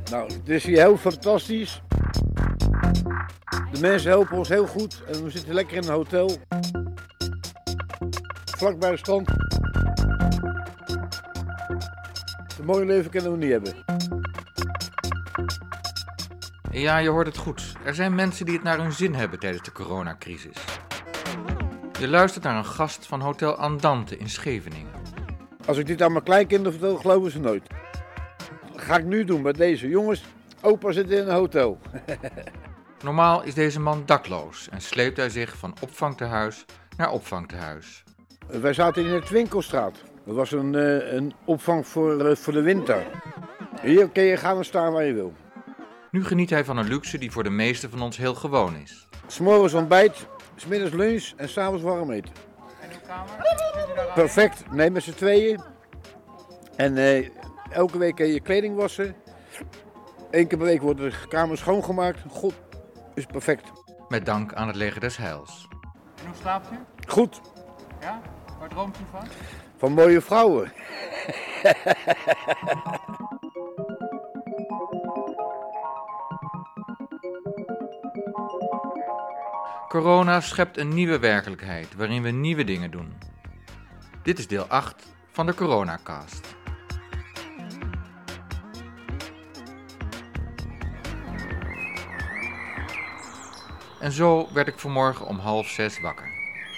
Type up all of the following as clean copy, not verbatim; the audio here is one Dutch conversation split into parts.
Nou, het is hier heel fantastisch. De mensen helpen ons heel goed en we zitten lekker in een hotel. Vlak bij het strand. Een mooi leven kunnen we niet hebben. Ja, je hoort het goed. Er zijn mensen die het naar hun zin hebben tijdens de coronacrisis. Je luistert naar een gast van Hotel Andante in Scheveningen. Als ik dit aan mijn kleinkinderen vertel, geloven ze nooit. Dat ga ik nu doen met deze jongens. Opa zit in een hotel. Normaal is deze man dakloos en sleept hij zich van opvangtehuis naar opvangtehuis. Wij zaten in de Twinkelstraat. Dat was een opvang voor de winter. Hier kun je gaan en staan waar je wil. Nu geniet hij van een luxe die voor de meesten van ons heel gewoon is. 's Morgens ontbijt, 's middags lunch en 's avonds warm eten. En uw kamer? Perfect, nee, met z'n tweeën. En elke week kun je je kleding wassen. 1 keer per week wordt de kamer schoongemaakt. God, is perfect. Met dank aan het leger des Heils. En hoe slaapt u? Goed, Ja? Waar droomt u van? van mooie vrouwen. Corona schept een nieuwe werkelijkheid waarin we nieuwe dingen doen. Dit is deel 8 van de Coronacast. En zo werd ik vanmorgen om 5:30 wakker.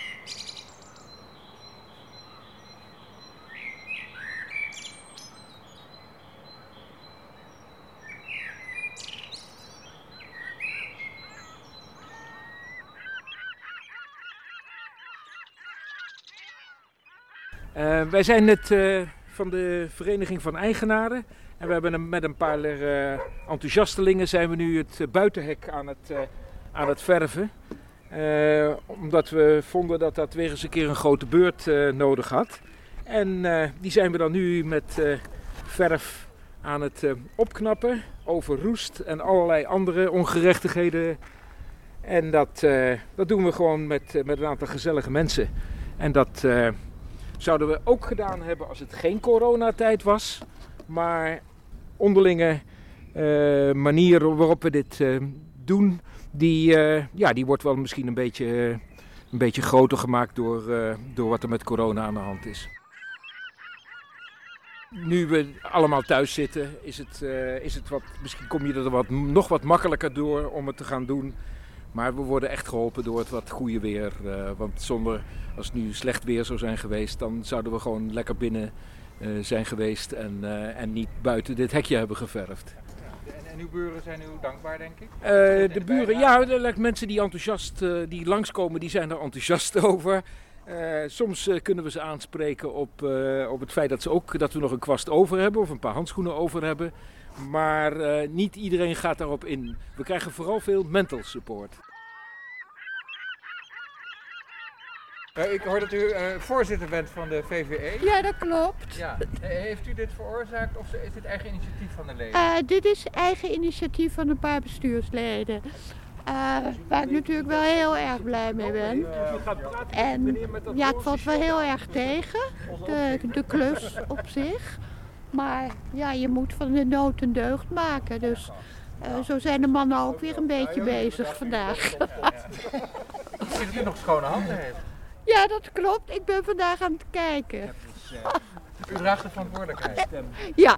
Wij zijn net van de Vereniging van Eigenaren. En we hebben met een paar enthousiastelingen zijn we nu het buitenhek aan het verven. Omdat we vonden dat dat weer eens een keer een grote beurt nodig had. En die zijn we dan nu met verf aan het opknappen over roest en allerlei andere ongerechtigheden. En dat doen we gewoon met een aantal gezellige mensen. En dat zouden we ook gedaan hebben als het geen coronatijd was. Maar onderlinge manier waarop we dit doen, die wordt wel misschien een beetje groter gemaakt door wat er met corona aan de hand is. Nu we allemaal thuis zitten, is het wat, misschien kom je er nog wat makkelijker door om het te gaan doen. Maar we worden echt geholpen door het wat goede weer. Want als het nu slecht weer zou zijn geweest, dan zouden we gewoon lekker binnen zijn geweest en niet buiten dit hekje hebben geverfd. En uw buren zijn u dankbaar, denk ik? De buren, ja, de mensen die enthousiast die langskomen, die zijn er enthousiast over. Soms kunnen we ze aanspreken op het feit dat we nog een kwast over hebben of een paar handschoenen over hebben. Maar niet iedereen gaat daarop in. We krijgen vooral veel mental support. Ik hoor dat u voorzitter bent van de VVE. Ja, dat klopt. Ja. Heeft u dit veroorzaakt of is dit eigen initiatief van de leden? Dit is eigen initiatief van een paar bestuursleden. Waar ik natuurlijk wel heel erg blij mee ben. En ja, het valt wel heel erg tegen, de klus op zich. Maar ja, je moet van de nood een deugd maken. Dus zo zijn de mannen ook weer een beetje bezig vandaag. Is dat u nog schone handen heeft? Ja, dat klopt. Ik ben vandaag aan het kijken. U draagt de verantwoordelijkheid. Ja.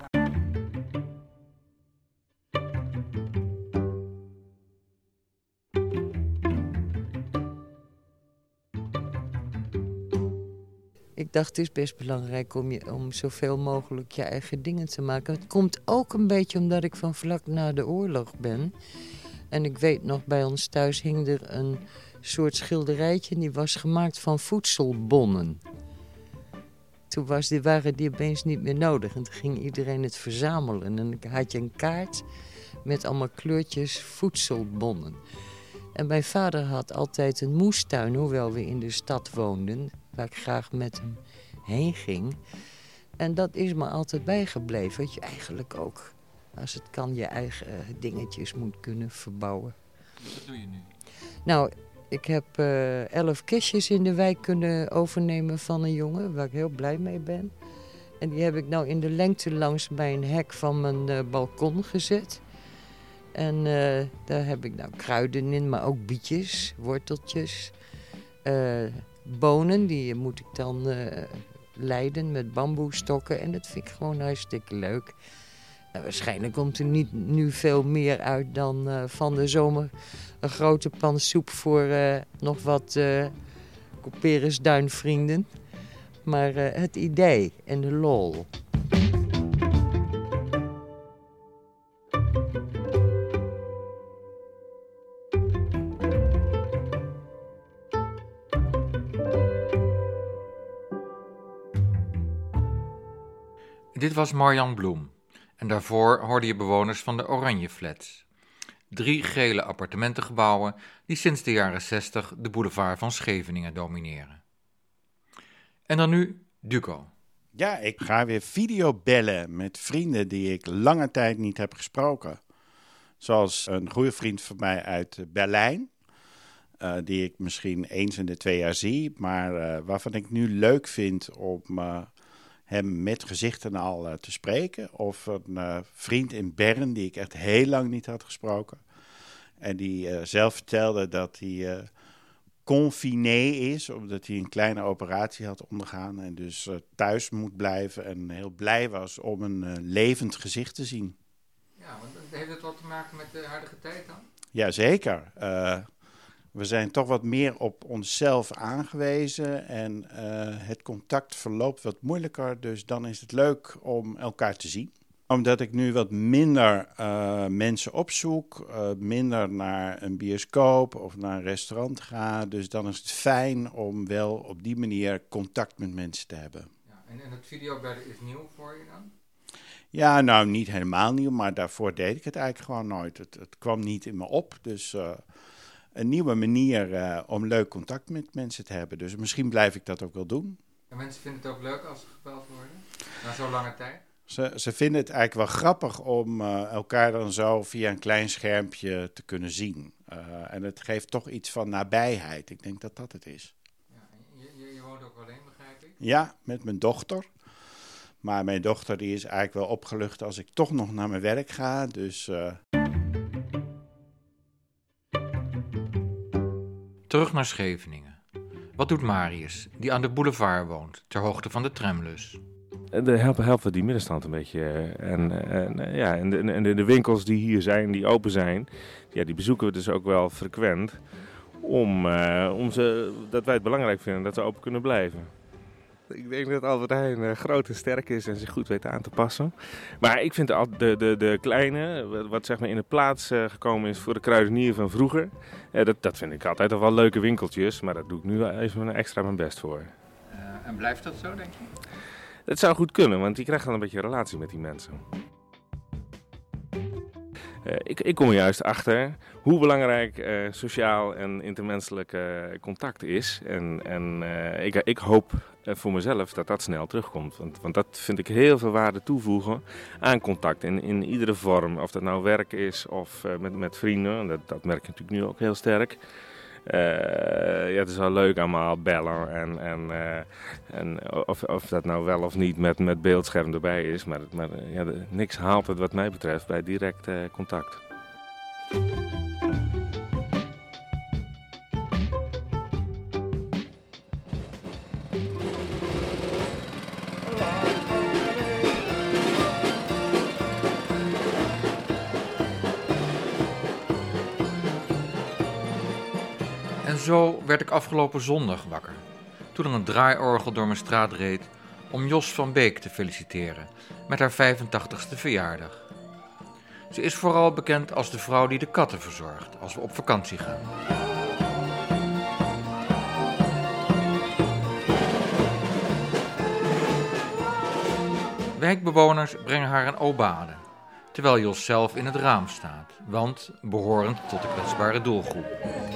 Ik dacht, het is best belangrijk om zoveel mogelijk je eigen dingen te maken. Het komt ook een beetje omdat ik van vlak na de oorlog ben. En ik weet nog, bij ons thuis hing er een soort schilderijtje. Die was gemaakt van voedselbonnen. Toen waren die opeens niet meer nodig. En toen ging iedereen het verzamelen. En dan had je een kaart met allemaal kleurtjes voedselbonnen. En mijn vader had altijd een moestuin, hoewel we in de stad woonden, waar ik graag met hem heen ging. En dat is me altijd bijgebleven. Dat je eigenlijk ook, als het kan, je eigen dingetjes moet kunnen verbouwen. Wat doe je nu? Nou, ik heb 11 kistjes in de wijk kunnen overnemen van een jongen, waar ik heel blij mee ben. En die heb ik nou in de lengte langs mijn hek van mijn balkon gezet. En daar heb ik nou kruiden in, maar ook bietjes, worteltjes. Bonen, die moet ik dan leiden met bamboestokken. En dat vind ik gewoon hartstikke leuk. En waarschijnlijk komt er niet nu veel meer uit dan van de zomer een grote pan soep voor nog wat Couperusduinvrienden. Maar het idee en de lol. Dit was Marjan Bloem en daarvoor hoorde je bewoners van de Oranje Flats. 3 gele appartementengebouwen die sinds de jaren 60 de boulevard van Scheveningen domineren. En dan nu Duco. Ja, ik ga weer videobellen met vrienden die ik lange tijd niet heb gesproken. Zoals een goede vriend van mij uit Berlijn, die ik misschien eens in de 2 jaar zie, maar waarvan ik nu leuk vind om hem met gezichten al te spreken. Of een vriend in Bern die ik echt heel lang niet had gesproken. En die zelf vertelde dat hij confiné is, omdat hij een kleine operatie had ondergaan. En dus thuis moet blijven en heel blij was om een levend gezicht te zien. Ja, want heeft het wat te maken met de huidige tijd dan? Jazeker. We zijn toch wat meer op onszelf aangewezen en het contact verloopt wat moeilijker. Dus dan is het leuk om elkaar te zien. Omdat ik nu wat minder mensen opzoek, minder naar een bioscoop of naar een restaurant ga. Dus dan is het fijn om wel op die manier contact met mensen te hebben. Ja, en het videobellen is nieuw voor je dan? Ja, nou niet helemaal nieuw, maar daarvoor deed ik het eigenlijk gewoon nooit. Het kwam niet in me op, dus een nieuwe manier om leuk contact met mensen te hebben. Dus misschien blijf ik dat ook wel doen. En mensen vinden het ook leuk als ze gebeld worden? Na zo'n lange tijd? Ze vinden het eigenlijk wel grappig om elkaar dan zo via een klein schermpje te kunnen zien. En het geeft toch iets van nabijheid. Ik denk dat dat het is. Ja, je woont ook alleen, begrijp ik? Ja, met mijn dochter. Maar mijn dochter die is eigenlijk wel opgelucht als ik toch nog naar mijn werk ga. Dus Terug naar Scheveningen. Wat doet Marius, die aan de boulevard woont, ter hoogte van de tramlus? Helpen die middenstand een beetje. En de winkels die hier zijn, die open zijn, ja, die bezoeken we dus ook wel frequent. Dat wij het belangrijk vinden dat ze open kunnen blijven. Ik denk dat Albert Heijn groot en sterk is en zich goed weet aan te passen. Maar ik vind de kleine, wat zeg maar in de plaats gekomen is voor de kruidenier van vroeger. Dat vind ik altijd al wel leuke winkeltjes, maar daar doe ik nu wel even extra mijn best voor. En blijft dat zo, denk je? Dat zou goed kunnen, want je krijgt dan een beetje een relatie met die mensen. Ik kom er juist achter hoe belangrijk sociaal en intermenselijk contact is. Ik hoop voor mezelf dat dat snel terugkomt. Want dat vind ik heel veel waarde toevoegen aan contact in iedere vorm. Of dat nou werk is of met vrienden, dat merk je natuurlijk nu ook heel sterk. Het is wel leuk allemaal bellen en of dat nou wel of niet met beeldscherm erbij is. Maar niks haalt het wat mij betreft bij direct contact. En zo werd ik afgelopen zondag wakker, toen er een draaiorgel door mijn straat reed om Jos van Beek te feliciteren met haar 85ste verjaardag. Ze is vooral bekend als de vrouw die de katten verzorgt als we op vakantie gaan. Wijkbewoners brengen haar een aubade, terwijl Jos zelf in het raam staat, want behorend tot de kwetsbare doelgroep.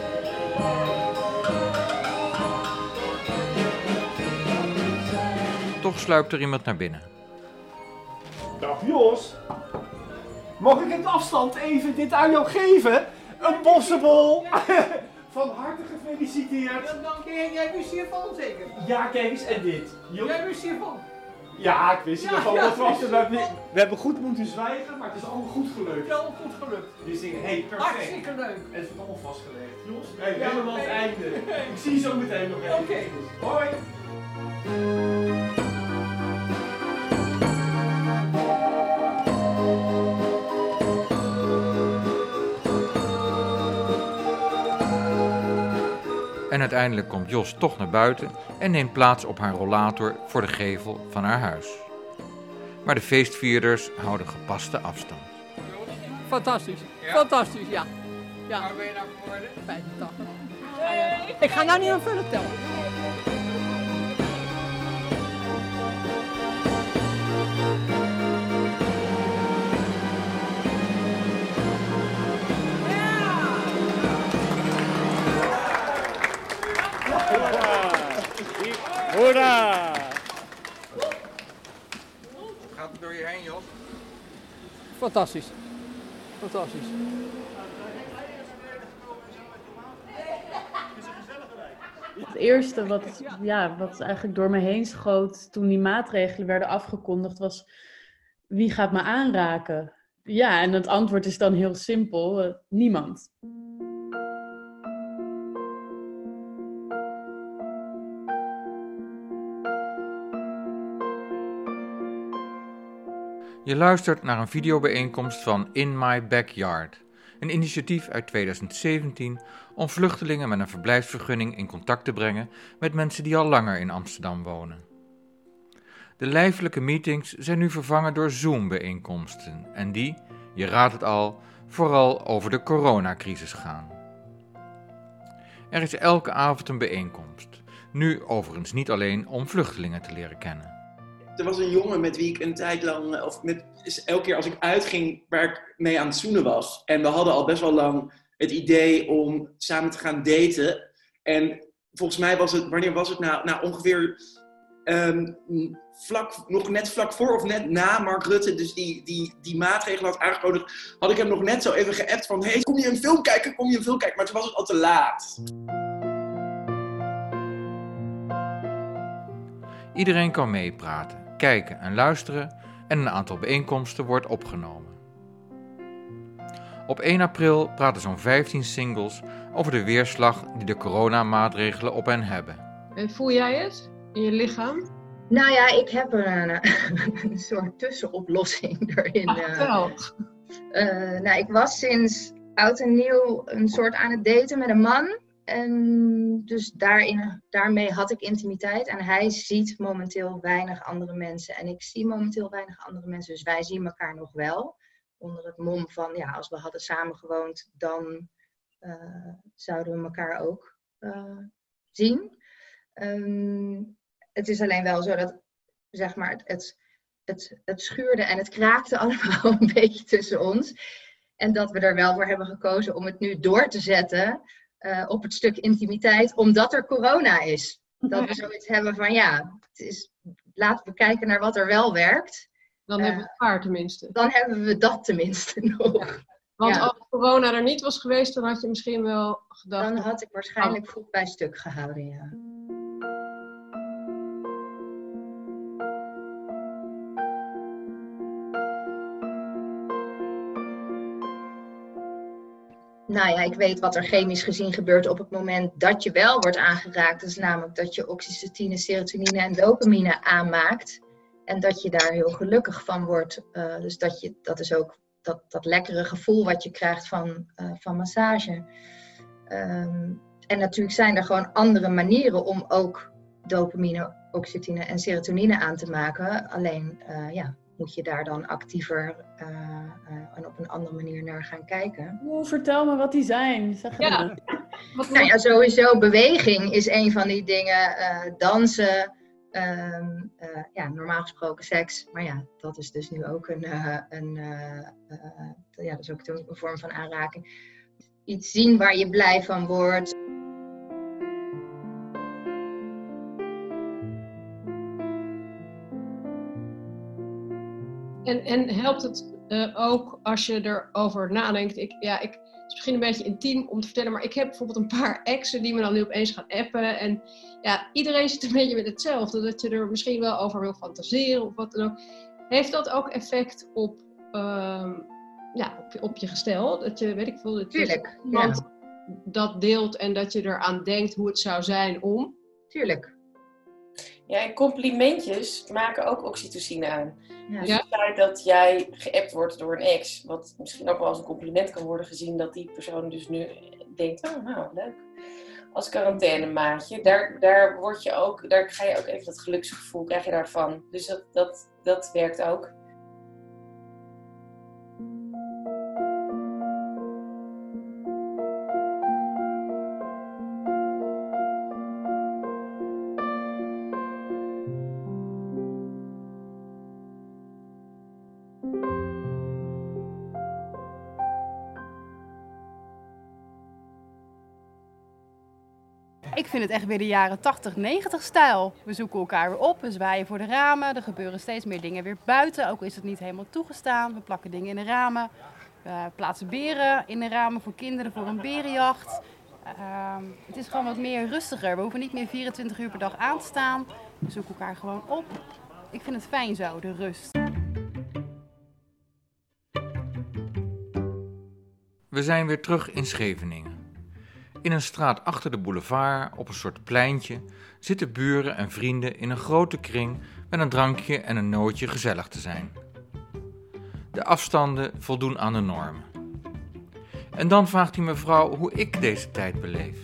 Toch sluipt er iemand naar binnen. Dag Jos, mag ik in afstand even dit aan jou geven? Een bossenbol! Van harte gefeliciteerd! Ja, dank je. Jij wist hiervan zeker? Ja, kijk eens, en dit. Jij wist hiervan? Ja, ik wist niet of wat was er. We hebben goed moeten zwijgen, maar het is allemaal goed gelukt. Wel goed gelukt. Dus ik denk, hey, perfect. Hartstikke leuk. En het wordt allemaal vastgelegd. Jos, helemaal aan het einde. Ik zie je zo meteen nog even. Oké. Hoi. En uiteindelijk komt Jos toch naar buiten en neemt plaats op haar rollator voor de gevel van haar huis. Maar de feestvierders houden gepaste afstand. Fantastisch. Ja? Fantastisch, ja. Waar ben je nou geworden? 85. Ik ga nou niet aan vullen tellen. Hoera! Gaat het door je heen, Jos? Fantastisch. Fantastisch. Het eerste wat eigenlijk door me heen schoot toen die maatregelen werden afgekondigd was: wie gaat me aanraken? Ja, en het antwoord is dan heel simpel: niemand. Je luistert naar een videobijeenkomst van In My Backyard, een initiatief uit 2017 om vluchtelingen met een verblijfsvergunning in contact te brengen met mensen die al langer in Amsterdam wonen. De lijfelijke meetings zijn nu vervangen door Zoom-bijeenkomsten en die, je raadt het al, vooral over de coronacrisis gaan. Er is elke avond een bijeenkomst, nu overigens niet alleen om vluchtelingen te leren kennen. Er was een jongen met wie ik een tijd lang, elke keer als ik uitging, waar ik mee aan het zoenen was. En we hadden al best wel lang het idee om samen te gaan daten. En volgens mij was het, wanneer was het nou? Nou, ongeveer nog net vlak voor of net na Mark Rutte dus die maatregelen had aangekondigd, had ik hem nog net zo even geappt van, hey, kom je een film kijken? Maar toen was het al te laat. Iedereen kan meepraten, kijken en luisteren en een aantal bijeenkomsten wordt opgenomen. Op 1 april praten zo'n 15 singles over de weerslag die de coronamaatregelen op hen hebben. En voel jij het in je lichaam? Nou ja, ik heb een soort tussenoplossing erin. Nou, ik was sinds oud en nieuw een soort aan het daten met een man. En dus daarmee had ik intimiteit. En hij ziet momenteel weinig andere mensen. En ik zie momenteel weinig andere mensen. Dus wij zien elkaar nog wel. Onder het mom van, ja, als we hadden samengewoond, dan zouden we elkaar ook zien. Het is alleen wel zo dat, zeg maar, het schuurde en het kraakte allemaal een beetje tussen ons. En dat we er wel voor hebben gekozen om het nu door te zetten op het stuk intimiteit, omdat er corona is. Dat we zoiets hebben van, ja, laten we kijken naar wat er wel werkt. Dan hebben we het waar tenminste. Dan hebben we dat tenminste nog. Ja. Want als corona er niet was geweest, dan had je misschien wel gedacht... Dan had ik waarschijnlijk voet bij stuk gehouden, ja. Nou ja, ik weet wat er chemisch gezien gebeurt op het moment dat je wel wordt aangeraakt. Dat is namelijk dat je oxytocine, serotonine en dopamine aanmaakt. En dat je daar heel gelukkig van wordt. Dus dat is ook dat lekkere gevoel wat je krijgt van massage. En natuurlijk zijn er gewoon andere manieren om ook dopamine, oxytocine en serotonine aan te maken. Alleen moet je daar dan actiever en op een andere manier naar gaan kijken. Vertel me wat die zijn. Zeg nou ja, sowieso beweging is een van die dingen. Dansen, normaal gesproken seks. Maar ja, dat is dus nu ook dat is ook een vorm van aanraking. Iets zien waar je blij van wordt. En helpt het ook als je erover nadenkt. Het is misschien een beetje intiem om te vertellen, maar ik heb bijvoorbeeld een paar exen die me dan nu opeens gaan appen. En ja, iedereen zit een beetje met hetzelfde. Dat je er misschien wel over wil fantaseren of wat dan ook. Heeft dat ook effect op je gestel? Dat je, weet ik veel, dat Tuurlijk, iemand dat deelt en dat je eraan denkt hoe het zou zijn om? Tuurlijk. Ja, en complimentjes maken ook oxytocine aan. Ja. Dus het feit dat jij geappt wordt door een ex, wat misschien ook wel als een compliment kan worden gezien, dat die persoon dus nu denkt, oh nou, leuk. Als quarantainemaatje, daar ga je ook even dat geluksgevoel, krijg je daarvan. Dus dat werkt ook. Ik vind het echt weer de jaren 80, 90 stijl. We zoeken elkaar weer op, we zwaaien voor de ramen. Er gebeuren steeds meer dingen weer buiten, ook is het niet helemaal toegestaan. We plakken dingen in de ramen. We plaatsen beren in de ramen voor kinderen voor een berenjacht. Het is gewoon wat meer rustiger. We hoeven niet meer 24 uur per dag aan te staan. We zoeken elkaar gewoon op. Ik vind het fijn zo, de rust. We zijn weer terug in Scheveningen. In een straat achter de boulevard, op een soort pleintje, zitten buren en vrienden in een grote kring met een drankje en een nootje gezellig te zijn. De afstanden voldoen aan de normen. En dan vraagt hij mevrouw hoe ik deze tijd beleef.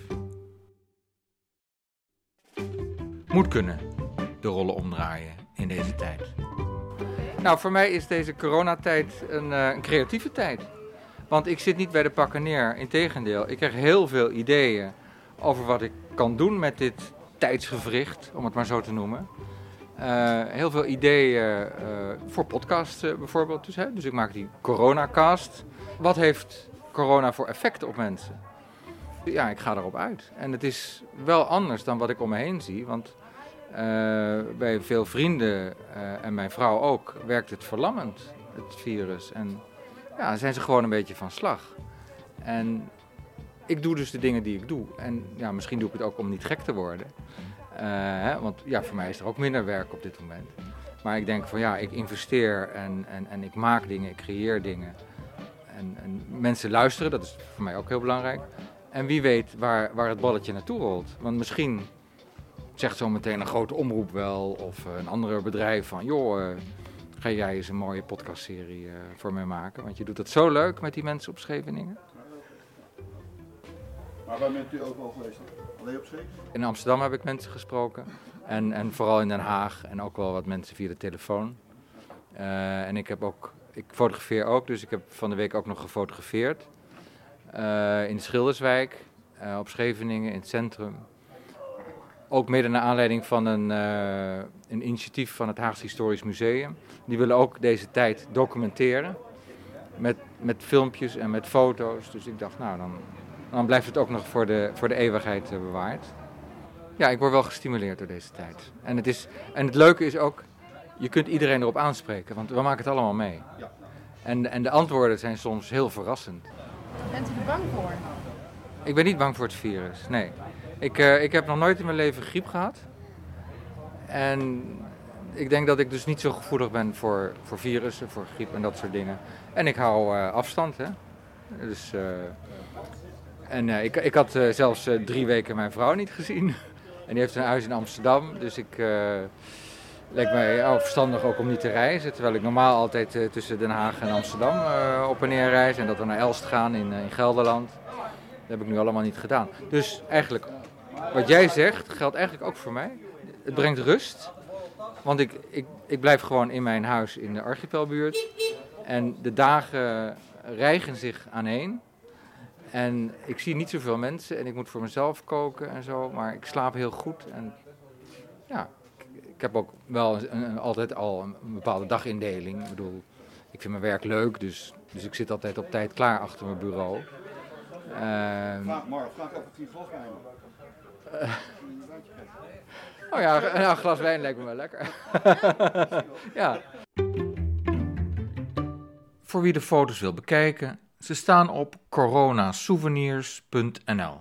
Moet kunnen, de rollen omdraaien in deze tijd. Nou, voor mij is deze coronatijd een creatieve tijd. Want ik zit niet bij de pakken neer, integendeel. Ik krijg heel veel ideeën over wat ik kan doen met dit tijdsgewricht, om het maar zo te noemen. Heel veel ideeën voor podcasts bijvoorbeeld. Dus ik maak die coronacast. Wat heeft corona voor effect op mensen? Ja, ik ga erop uit. En het is wel anders dan wat ik om me heen zie. Want bij veel vrienden en mijn vrouw ook werkt het verlammend, het virus. En ja, dan zijn ze gewoon een beetje van slag. En ik doe dus de dingen die ik doe. En ja, misschien doe ik het ook om niet gek te worden. Want ja, voor mij is er ook minder werk op dit moment. Maar ik denk van ja, ik investeer en ik maak dingen, ik creëer dingen. En mensen luisteren, dat is voor mij ook heel belangrijk. En wie weet waar het balletje naartoe rolt. Want misschien zegt zo meteen een grote omroep wel of een ander bedrijf van joh, ga jij eens een mooie podcastserie voor mij maken? Want je doet het zo leuk met die mensen op Scheveningen. Maar waar bent u ook al geweest? Alleen op Scheveningen? In Amsterdam heb ik mensen gesproken. En vooral in Den Haag. En ook wel wat mensen via de telefoon. En ik fotografeer ook. Dus ik heb van de week ook nog gefotografeerd. In Schilderswijk. Op Scheveningen, in het centrum. Ook mede naar aanleiding van een initiatief van het Haagse Historisch Museum. Die willen ook deze tijd documenteren. Met filmpjes en met foto's. Dus ik dacht, nou dan blijft het ook nog voor de eeuwigheid bewaard. Ja, ik word wel gestimuleerd door deze tijd. En het leuke is ook, je kunt iedereen erop aanspreken. Want we maken het allemaal mee. Ja. En de antwoorden zijn soms heel verrassend. Bent u er bang voor? Ik ben niet bang voor het virus, nee. Ik heb nog nooit in mijn leven griep gehad. En ik denk dat ik dus niet zo gevoelig ben voor virussen, voor griep en dat soort dingen. En ik hou afstand, hè. Dus, ik had zelfs 3 weken mijn vrouw niet gezien. En die heeft een huis in Amsterdam. Dus leek mij verstandig ook om niet te reizen. Terwijl ik normaal altijd tussen Den Haag en Amsterdam op en neer reis. En dat we naar Elst gaan in Gelderland. Dat heb ik nu allemaal niet gedaan. Dus eigenlijk, wat jij zegt, geldt eigenlijk ook voor mij. Het brengt rust. Want ik blijf gewoon in mijn huis in de archipelbuurt. En de dagen rijgen zich aaneen. En ik zie niet zoveel mensen en ik moet voor mezelf koken en zo. Maar ik slaap heel goed. En ja, ik heb ook wel altijd al een bepaalde dagindeling. Ik bedoel, ik vind mijn werk leuk, dus ik zit altijd op tijd klaar achter mijn bureau. Vraag even of je glas wijn Oh ja, een glas wijn lijkt me wel lekker. Ja. voor wie de foto's wil bekijken. Ze staan op coronasouvenirs.nl.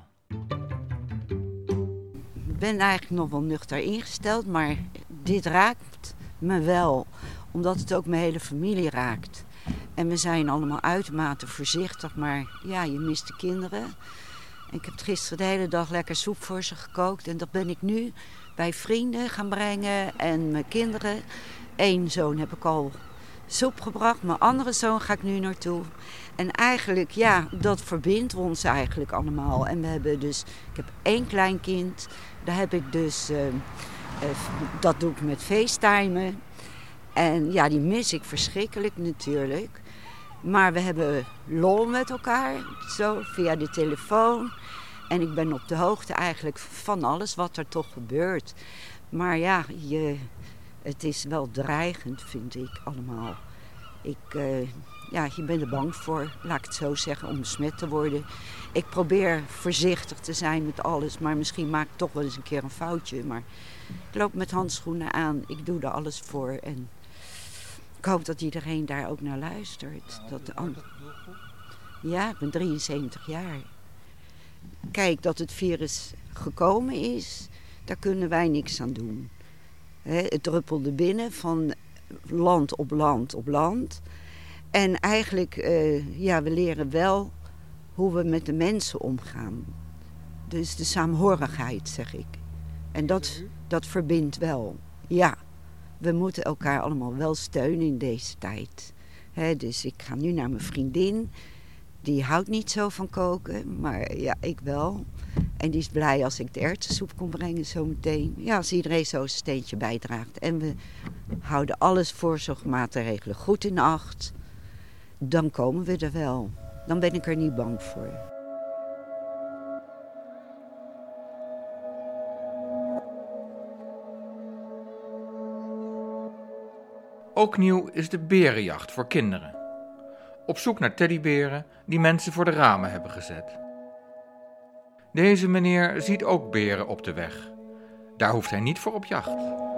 Ik ben eigenlijk nog wel nuchter ingesteld, maar dit raakt me wel. Omdat het ook mijn hele familie raakt. En we zijn allemaal uitermate voorzichtig, maar ja, je mist de kinderen. En ik heb gisteren de hele dag lekker soep voor ze gekookt. En dat ben ik nu bij vrienden gaan brengen en mijn kinderen. 1 zoon heb ik al soep gebracht, mijn andere zoon ga ik nu naartoe. En eigenlijk, ja, dat verbindt ons eigenlijk allemaal. En we hebben dus, ik heb 1 kleinkind, daar heb ik dus, dat doe ik met FaceTimen. En ja, die mis ik verschrikkelijk natuurlijk. Maar we hebben lol met elkaar, zo, via de telefoon. En ik ben op de hoogte eigenlijk van alles wat er toch gebeurt. Maar ja, het is wel dreigend, vind ik allemaal. Je bent er bang voor, laat ik het zo zeggen, om besmet te worden. Ik probeer voorzichtig te zijn met alles, maar misschien maak ik toch wel eens een keer een foutje. Maar ik loop met handschoenen aan, ik doe er alles voor. En ik hoop dat iedereen daar ook naar luistert. Ja, ik ben 73 jaar. Kijk, dat het virus gekomen is, daar kunnen wij niks aan doen. Het druppelde binnen van land op land op land. En eigenlijk, we leren wel hoe we met de mensen omgaan. Dus de saamhorigheid, zeg ik. En dat verbindt wel. Ja, we moeten elkaar allemaal wel steunen in deze tijd. Dus ik ga nu naar mijn vriendin. Die houdt niet zo van koken, maar ja, ik wel. En die is blij als ik de erwtensoep kon brengen zometeen. Ja, als iedereen zo een steentje bijdraagt. En we houden alles voorzorgsmaatregelen goed in acht. Dan komen we er wel. Dan ben ik er niet bang voor. Ook nieuw is de berenjacht voor kinderen. Op zoek naar teddyberen die mensen voor de ramen hebben gezet. Deze meneer ziet ook beren op de weg. Daar hoeft hij niet voor op jacht.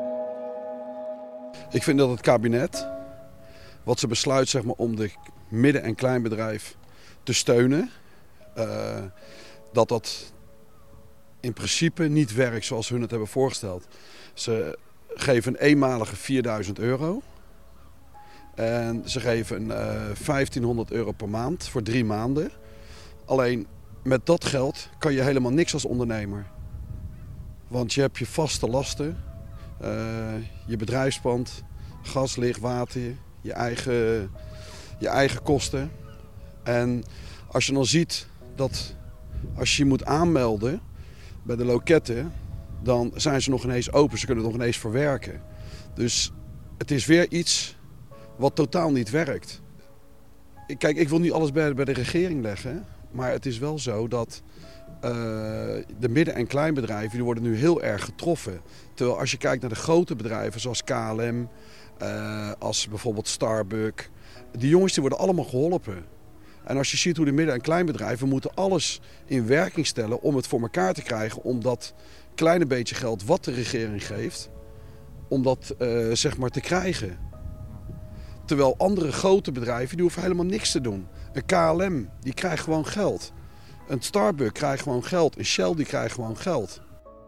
Ik vind dat het kabinet, wat ze besluit zeg maar, om de midden- en kleinbedrijf te steunen, dat in principe niet werkt zoals hun het hebben voorgesteld. Ze geven een eenmalige €4.000. En ze geven €1.500 per maand voor 3 maanden. Alleen met dat geld kan je helemaal niks als ondernemer. Want je hebt je vaste lasten, je bedrijfspand, gas, licht, water, je eigen kosten. En als je dan ziet dat als je je moet aanmelden bij de loketten, dan zijn ze nog ineens open, ze kunnen nog ineens verwerken. Dus het is weer iets wat totaal niet werkt. Kijk, ik wil niet alles bij de regering leggen, maar het is wel zo dat de midden- en kleinbedrijven die worden nu heel erg getroffen. Terwijl als je kijkt naar de grote bedrijven zoals KLM, als bijvoorbeeld Starbucks, die jongens die worden allemaal geholpen. En als je ziet hoe de midden- en kleinbedrijven moeten alles in werking stellen om het voor elkaar te krijgen, om dat kleine beetje geld wat de regering geeft, om dat zeg maar te krijgen. Terwijl andere grote bedrijven die hoeven helemaal niks te doen. Een KLM die krijgt gewoon geld. Een Starbucks krijgt gewoon geld. Een Shell die krijgt gewoon geld.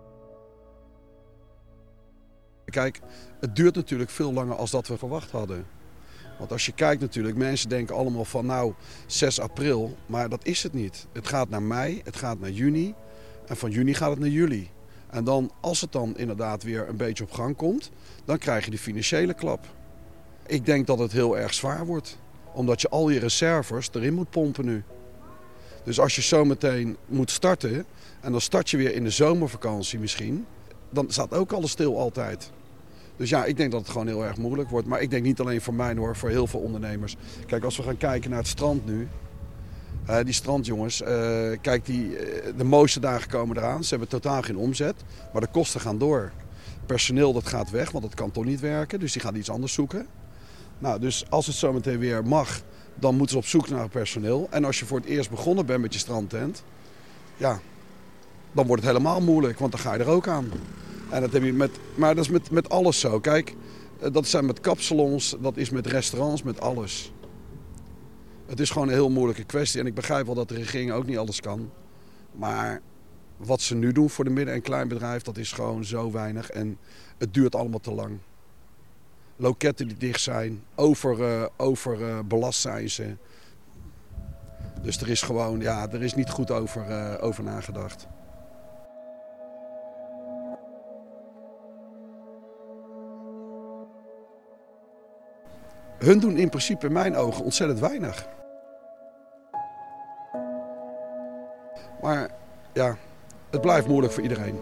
Kijk, het duurt natuurlijk veel langer als dat we verwacht hadden. Want als je kijkt natuurlijk, mensen denken allemaal van nou 6 april. Maar dat is het niet. Het gaat naar mei, het gaat naar juni. En van juni gaat het naar juli. En dan, als het dan inderdaad weer een beetje op gang komt, dan krijg je de financiële klap. Ik denk dat het heel erg zwaar wordt. Omdat je al je reserves erin moet pompen nu. Dus als je zometeen moet starten, en dan start je weer in de zomervakantie misschien, dan staat ook alles stil altijd. Dus ja, ik denk dat het gewoon heel erg moeilijk wordt. Maar ik denk niet alleen voor mij hoor, voor heel veel ondernemers. Kijk, als we gaan kijken naar het strand nu. Die strandjongens, kijk, de mooiste dagen komen eraan. Ze hebben totaal geen omzet, maar de kosten gaan door. Personeel dat gaat weg, want dat kan toch niet werken. Dus die gaan iets anders zoeken. Nou, dus als het zometeen weer mag, dan moeten ze op zoek naar personeel. En als je voor het eerst begonnen bent met je strandtent, ja, dan wordt het helemaal moeilijk, want dan ga je er ook aan. En dat heb je maar dat is met alles zo. Kijk, dat zijn met kapsalons, dat is met restaurants, met alles. Het is gewoon een heel moeilijke kwestie. En ik begrijp wel dat de regering ook niet alles kan. Maar wat ze nu doen voor de midden- en kleinbedrijf, dat is gewoon zo weinig. En het duurt allemaal te lang. Loketten die dicht zijn, overbelast zijn ze. Dus er is gewoon, er is niet goed over nagedacht. Hun doen in principe in mijn ogen ontzettend weinig. Maar ja, het blijft moeilijk voor iedereen.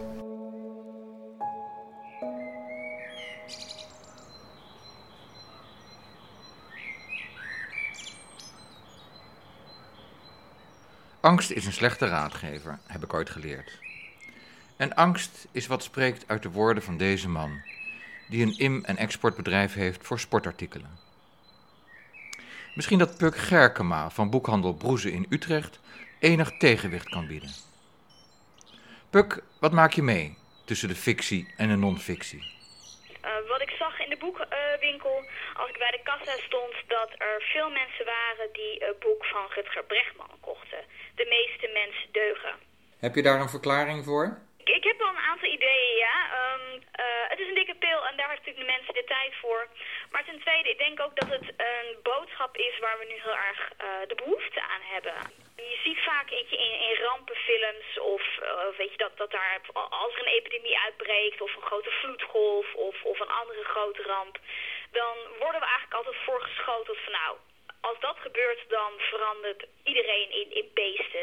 Angst is een slechte raadgever, heb ik ooit geleerd. En angst is wat spreekt uit de woorden van deze man, die een im- en exportbedrijf heeft voor sportartikelen. Misschien dat Puk Gerkema van boekhandel Broeze in Utrecht enig tegenwicht kan bieden. Puk, wat maak je mee tussen de fictie en de non-fictie? Wat ik zag in de boekwinkel, als ik bij de kassa stond, dat er veel mensen waren die het boek van Rutger Bregman kochten. De meeste mensen deugen. Heb je daar een verklaring voor? Ik heb wel een aantal ideeën, ja. Het is een dikke pil en daar hebben natuurlijk de mensen de tijd voor. Maar ten tweede, ik denk ook dat het een boodschap is waar we nu heel erg de behoefte aan hebben. Je ziet vaak in rampenfilms of weet je, dat daar, als er een epidemie uitbreekt of een grote vloedgolf of een andere grote ramp, dan worden we eigenlijk altijd voorgeschoteld van nou, als dat gebeurt, dan verandert iedereen in beesten.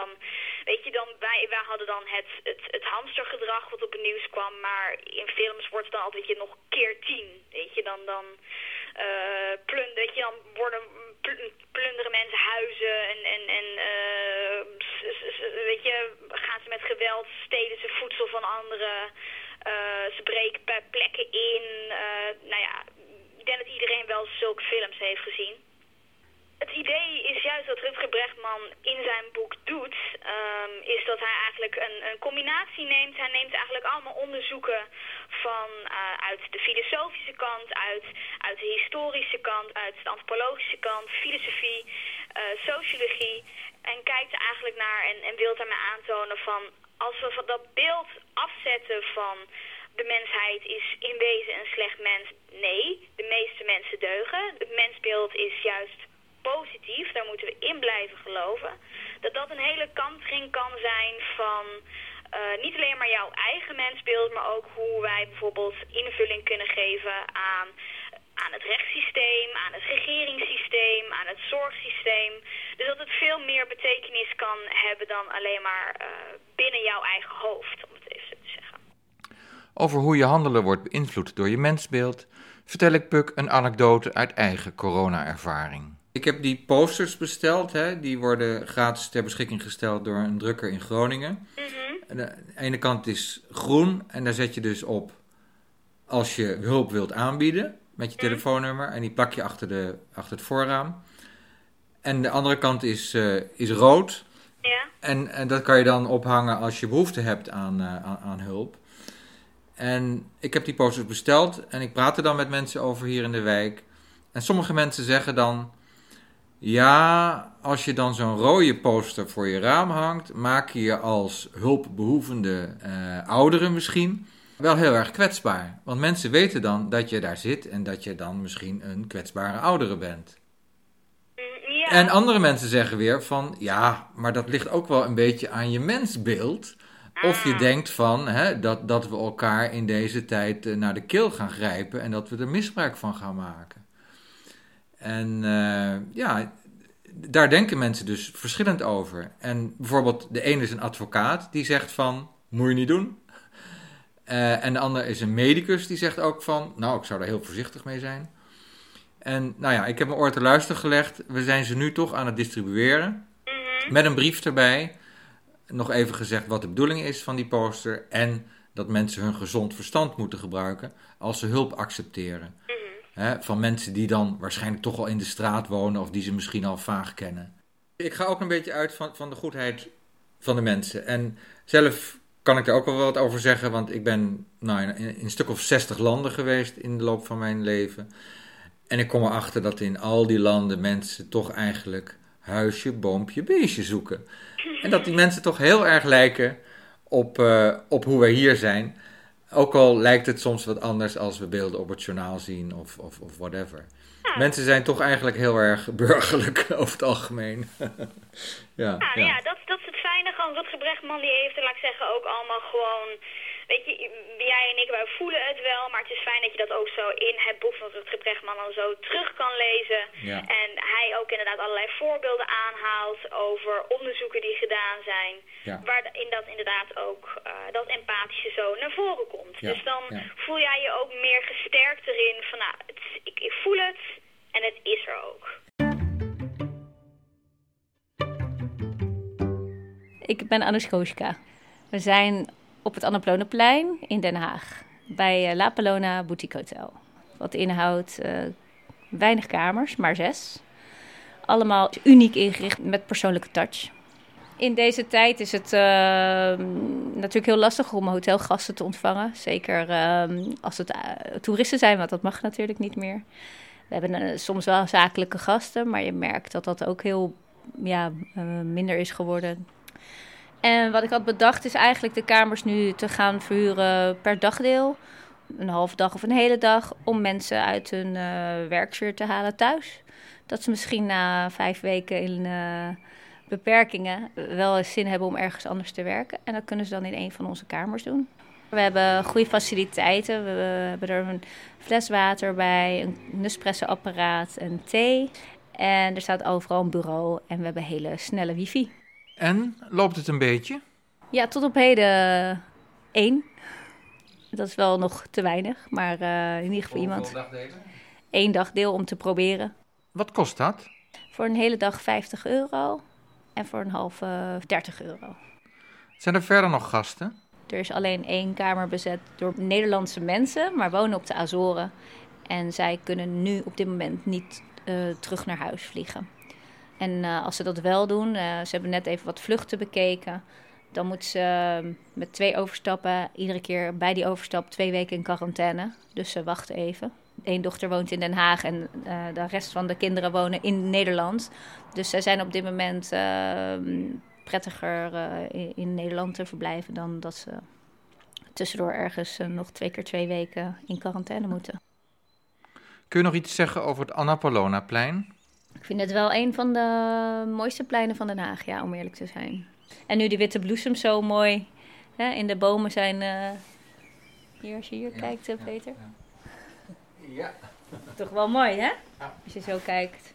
Wij hadden dan het hamstergedrag wat op het nieuws kwam, maar in films wordt het dan altijd nog keer 10. Weet je, dan plunderen mensen huizen en weet je, gaan ze met geweld, stelen ze voedsel van anderen, ze breken plekken in. Ik denk dat iedereen wel zulke films heeft gezien. Het idee is juist wat Rutger Bregman in zijn boek doet, is dat hij eigenlijk een combinatie neemt. Hij neemt eigenlijk allemaal onderzoeken uit de filosofische kant, uit de historische kant, uit de antropologische kant, filosofie, sociologie. En kijkt er eigenlijk naar en wil daarmee aantonen van, als we van dat beeld afzetten van de mensheid is in wezen een slecht mens. Nee, de meeste mensen deugen. Het mensbeeld is juist positief, daar moeten we in blijven geloven. Dat een hele kantring kan zijn van niet alleen maar jouw eigen mensbeeld, maar ook hoe wij bijvoorbeeld invulling kunnen geven aan het rechtssysteem, aan het regeringssysteem, aan het zorgsysteem. Dus dat het veel meer betekenis kan hebben dan alleen maar binnen jouw eigen hoofd, om het even zo te zeggen. Over hoe je handelen wordt beïnvloed door je mensbeeld vertel ik Puk een anekdote uit eigen corona-ervaring. Ik heb die posters besteld, die worden gratis ter beschikking gesteld door een drukker in Groningen. Mm-hmm. De ene kant is groen en daar zet je dus op als je hulp wilt aanbieden met je telefoonnummer en die plak je achter het voorraam. En de andere kant is rood. Ja. En dat kan je dan ophangen als je behoefte hebt aan hulp. En ik heb die posters besteld en ik praat er dan met mensen over hier in de wijk. En sommige mensen zeggen dan, ja, als je dan zo'n rode poster voor je raam hangt, maak je je als hulpbehoevende ouderen misschien wel heel erg kwetsbaar. Want mensen weten dan dat je daar zit en dat je dan misschien een kwetsbare oudere bent. Ja. En andere mensen zeggen weer van, ja, maar dat ligt ook wel een beetje aan je mensbeeld. Of je denkt van dat we elkaar in deze tijd naar de keel gaan grijpen en dat we er misbruik van gaan maken. En daar denken mensen dus verschillend over. En bijvoorbeeld de ene is een advocaat die zegt van, moet je niet doen. En de ander is een medicus die zegt ook van, nou, ik zou daar heel voorzichtig mee zijn. En nou ja, ik heb mijn oor te luisteren gelegd. We zijn ze nu toch aan het distribueren. Mm-hmm. Met een brief erbij. Nog even gezegd wat de bedoeling is van die poster. En dat mensen hun gezond verstand moeten gebruiken als ze hulp accepteren. Mm-hmm. Van mensen die dan waarschijnlijk toch al in de straat wonen of die ze misschien al vaag kennen. Ik ga ook een beetje uit van de goedheid van de mensen. En zelf kan ik er ook wel wat over zeggen, want ik ben in een stuk of 60 landen geweest in de loop van mijn leven. En ik kom erachter dat in al die landen mensen toch eigenlijk huisje, boompje, beestje zoeken. En dat die mensen toch heel erg lijken op hoe wij hier zijn. Ook al lijkt het soms wat anders als we beelden op het journaal zien of whatever. Ja. Mensen zijn toch eigenlijk heel erg burgerlijk over het algemeen. Ja, dat is het fijne. Gewoon Rutger Bregman die heeft, laat ik zeggen, ook allemaal gewoon... Weet je, jij en ik, wij voelen het wel, maar het is fijn dat je dat ook zo in het boek van Rutger Bregman dan zo terug kan lezen. Ja. En hij ook inderdaad allerlei voorbeelden aanhaalt over onderzoeken die gedaan zijn. Ja. Waarin dat inderdaad ook dat empathische zo naar voren komt. Ja. Dus dan voel jij je ook meer gesterkt erin van nou, ik voel het en het is er ook. Ik ben Anoushka. We zijn op het Annapolonaplein in Den Haag. Bij La Palona Boutique Hotel. Wat inhoudt weinig kamers, maar 6. Allemaal uniek ingericht met persoonlijke touch. In deze tijd is het natuurlijk heel lastig om hotelgasten te ontvangen. Zeker als het toeristen zijn, want dat mag natuurlijk niet meer. We hebben soms wel zakelijke gasten, maar je merkt dat dat ook heel minder is geworden. En wat ik had bedacht is eigenlijk de kamers nu te gaan verhuren per dagdeel. Een halve dag of een hele dag. Om mensen uit hun werksfeer te halen thuis. Dat ze misschien na 5 weken in beperkingen wel eens zin hebben om ergens anders te werken. En dat kunnen ze dan in een van onze kamers doen. We hebben goede faciliteiten. We hebben er een fles water bij, een Nespresso-apparaat en thee. En er staat overal een bureau en we hebben hele snelle wifi. En, loopt het een beetje? Ja, tot op heden 1. Dat is wel nog te weinig, maar in ieder geval iemand. Hoeveel dagdelen? 1 dagdeel om te proberen. Wat kost dat? Voor een hele dag €50 en voor een halve €30. Zijn er verder nog gasten? Er is alleen 1 kamer bezet door Nederlandse mensen, maar wonen op de Azoren. En zij kunnen nu op dit moment niet terug naar huis vliegen. En als ze dat wel doen, ze hebben net even wat vluchten bekeken, dan moeten ze met 2 overstappen, iedere keer bij die overstap 2 weken in quarantaine. Dus ze wachten even. 1 dochter woont in Den Haag en de rest van de kinderen wonen in Nederland. Dus zij zijn op dit moment prettiger in Nederland te verblijven dan dat ze tussendoor ergens nog 2 keer 2 weken in quarantaine moeten. Kun je nog iets zeggen over het Annapolonaplein? Ik vind het wel een van de mooiste pleinen van Den Haag, ja, om eerlijk te zijn. En nu die witte bloesem zo mooi in de bomen zijn... Hier, als je hier kijkt, Peter. Ja. Toch wel mooi, hè? Ja. Als je zo kijkt.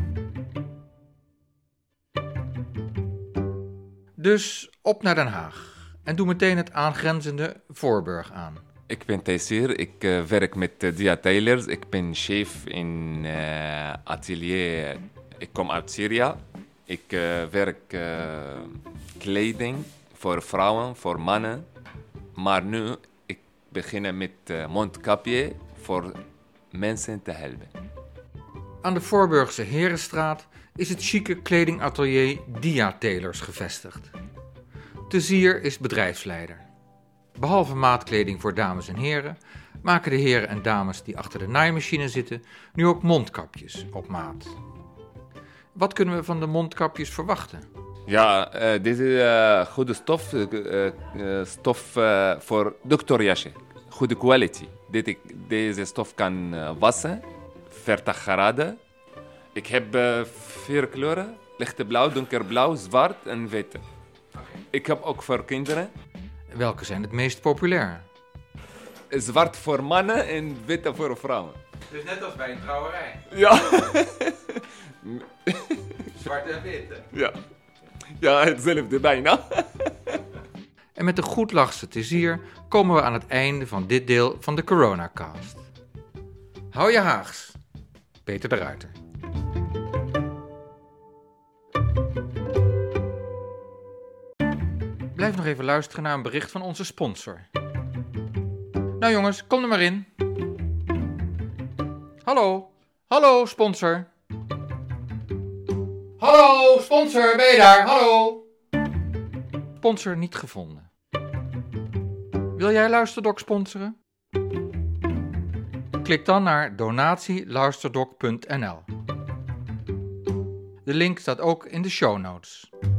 Dus op naar Den Haag. En doe meteen het aangrenzende Voorburg aan. Ik ben Taysir, ik werk met Dia Tailors. Ik ben chef in atelier. Ik kom uit Syrië. Ik werk kleding voor vrouwen, voor mannen. Maar nu, ik begin met mondkapje voor mensen te helpen. Aan de Voorburgse Herenstraat is het chique kledingatelier Dia Tailors gevestigd. Taysir is bedrijfsleider. Behalve maatkleding voor dames en heren, maken de heren en dames die achter de naaimachine zitten nu ook mondkapjes op maat. Wat kunnen we van de mondkapjes verwachten? Ja, dit is goede stof voor dokterjasje. Goede kwaliteit. Deze stof kan wassen, 40 graden. Ik heb 4 kleuren, lichte blauw, donkerblauw, zwart en witte. Ik heb ook voor kinderen. Welke zijn het meest populair? Zwart voor mannen en witte voor vrouwen. Dus net als bij een trouwerij? Ja. Zwart en witte? Ja, hetzelfde bijna. En met de goedlachse Taysir komen we aan het einde van dit deel van de Coronacast. Hou je Haags. Peter de Ruiter. Blijf nog even luisteren naar een bericht van onze sponsor. Nou jongens, kom er maar in. Hallo sponsor. Hallo sponsor, ben je daar? Hallo. Sponsor niet gevonden. Wil jij Luisterdok sponsoren? Klik dan naar donatieluisterdoc.nl. De link staat ook in de show notes.